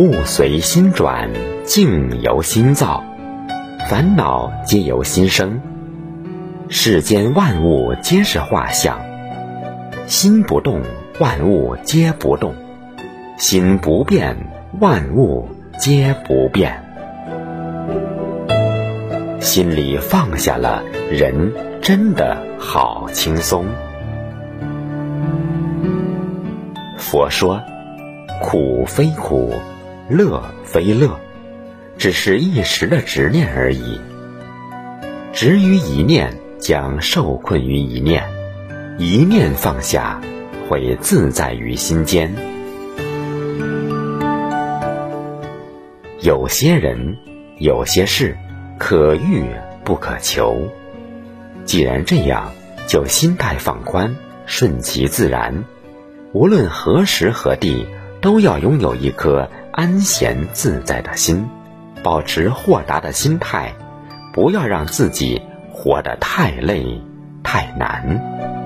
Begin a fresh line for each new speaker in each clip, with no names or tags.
物随心转，境由心造，烦恼皆由心生。世间万物皆是画像，心不动，万物皆不动；心不变，万物皆不变。心里放下了，人真的好轻松。佛说，苦非苦，乐非乐，只是一时的执念而已。执于一念，将受困于一念；一念放下，会自在于心间。有些人，有些事，可遇不可求。既然这样，就心态放宽，顺其自然。无论何时何地，都要拥有一颗安闲自在的心，保持豁达的心态，不要让自己活得太累太难。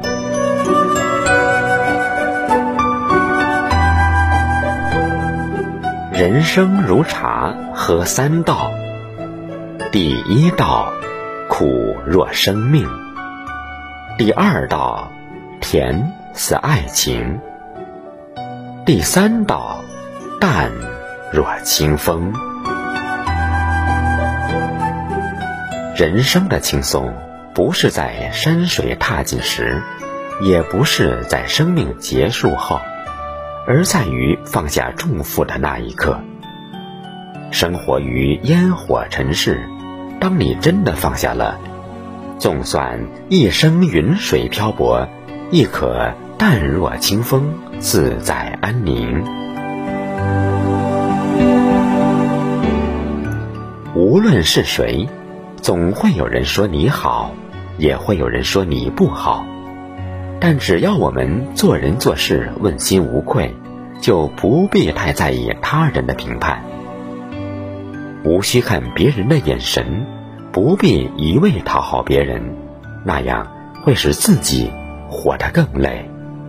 人生如茶，喝三道。第一道，苦若生命；第二道，甜似爱情；第三道，淡若清风。人生的轻松，不是在山水踏尽时，也不是在生命结束后，而在于放下重负的那一刻。生活于烟火尘世，当你真的放下了，纵算一生云水漂泊，亦可淡若清风，自在安宁。无论是谁，总会有人说你好，也会有人说你不好，但只要我们做人做事问心无愧，就不必太在意他人的评判。无需看别人的眼神，不必一味讨好别人，那样会使自己活得更累。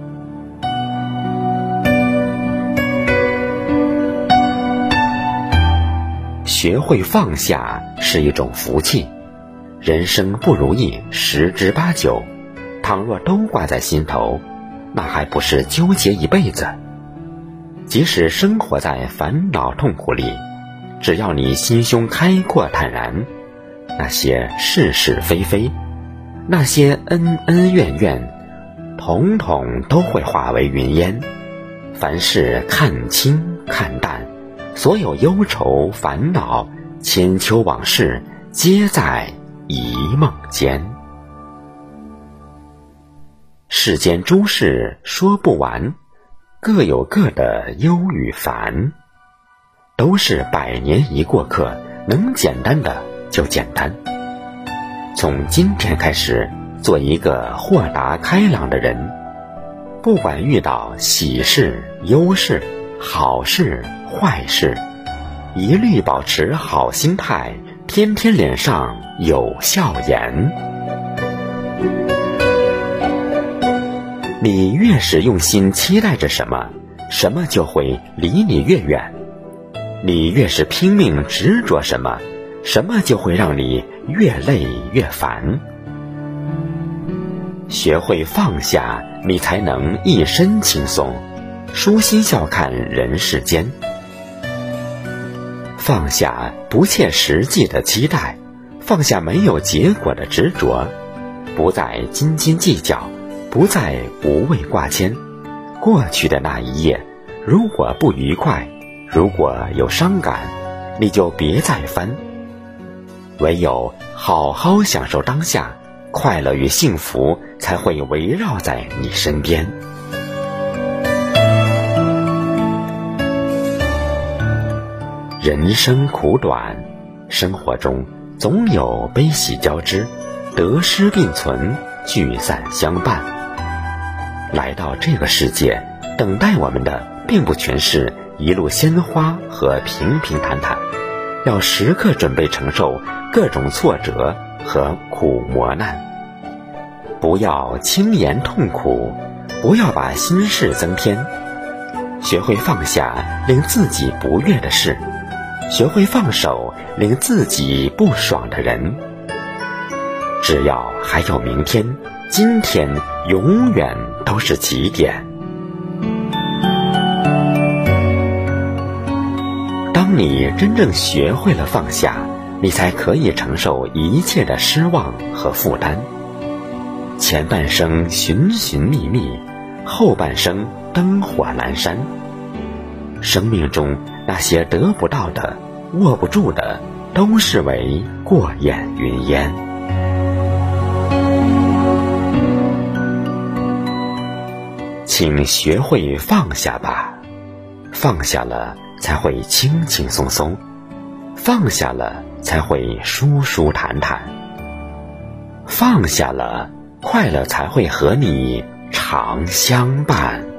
学会放下是一种福气，人生不如意十之八九，倘若都挂在心头，那还不是纠结一辈子。即使生活在烦恼痛苦里，只要你心胸开阔坦然，那些是是非非，那些恩恩怨怨，统统都会化为云烟。凡事看清看淡，所有忧愁烦恼千秋往事，皆在一梦间。世间诸事说不完，各有各的忧与烦，都是百年一过客，能简单的就简单。从今天开始，做一个豁达开朗的人，不管遇到喜事忧事好事坏事，一律保持好心态，天天脸上有笑颜。你越是用心期待着什么，什么就会离你越远；你越是拼命执着什么，什么就会让你越累越烦。学会放下，你才能一身轻松，舒心笑看人世间。放下不切实际的期待，放下没有结果的执着，不再斤斤计较，不再无谓挂牵。过去的那一夜，如果不愉快，如果有伤感，你就别再翻。唯有好好享受当下，快乐与幸福才会围绕在你身边。人生苦短，生活中总有悲喜交织，得失并存，聚散相伴。来到这个世界，等待我们的并不全是一路鲜花和平平坦坦，要时刻准备承受各种挫折和苦磨难。不要轻言痛苦，不要把心事增添， 学会放下令自己不悦的事，学会放手令自己不爽的人。只要还有明天，今天永远都是起点。当你真正学会了放下，你才可以承受一切的失望和负担。前半生寻寻觅觅，后半生灯火阑珊。生命中那些得不到的、握不住的，都视为过眼云烟。请学会放下吧，放下了才会轻轻松松，放下了才会舒舒坦坦，放下了，快乐才会和你常相伴。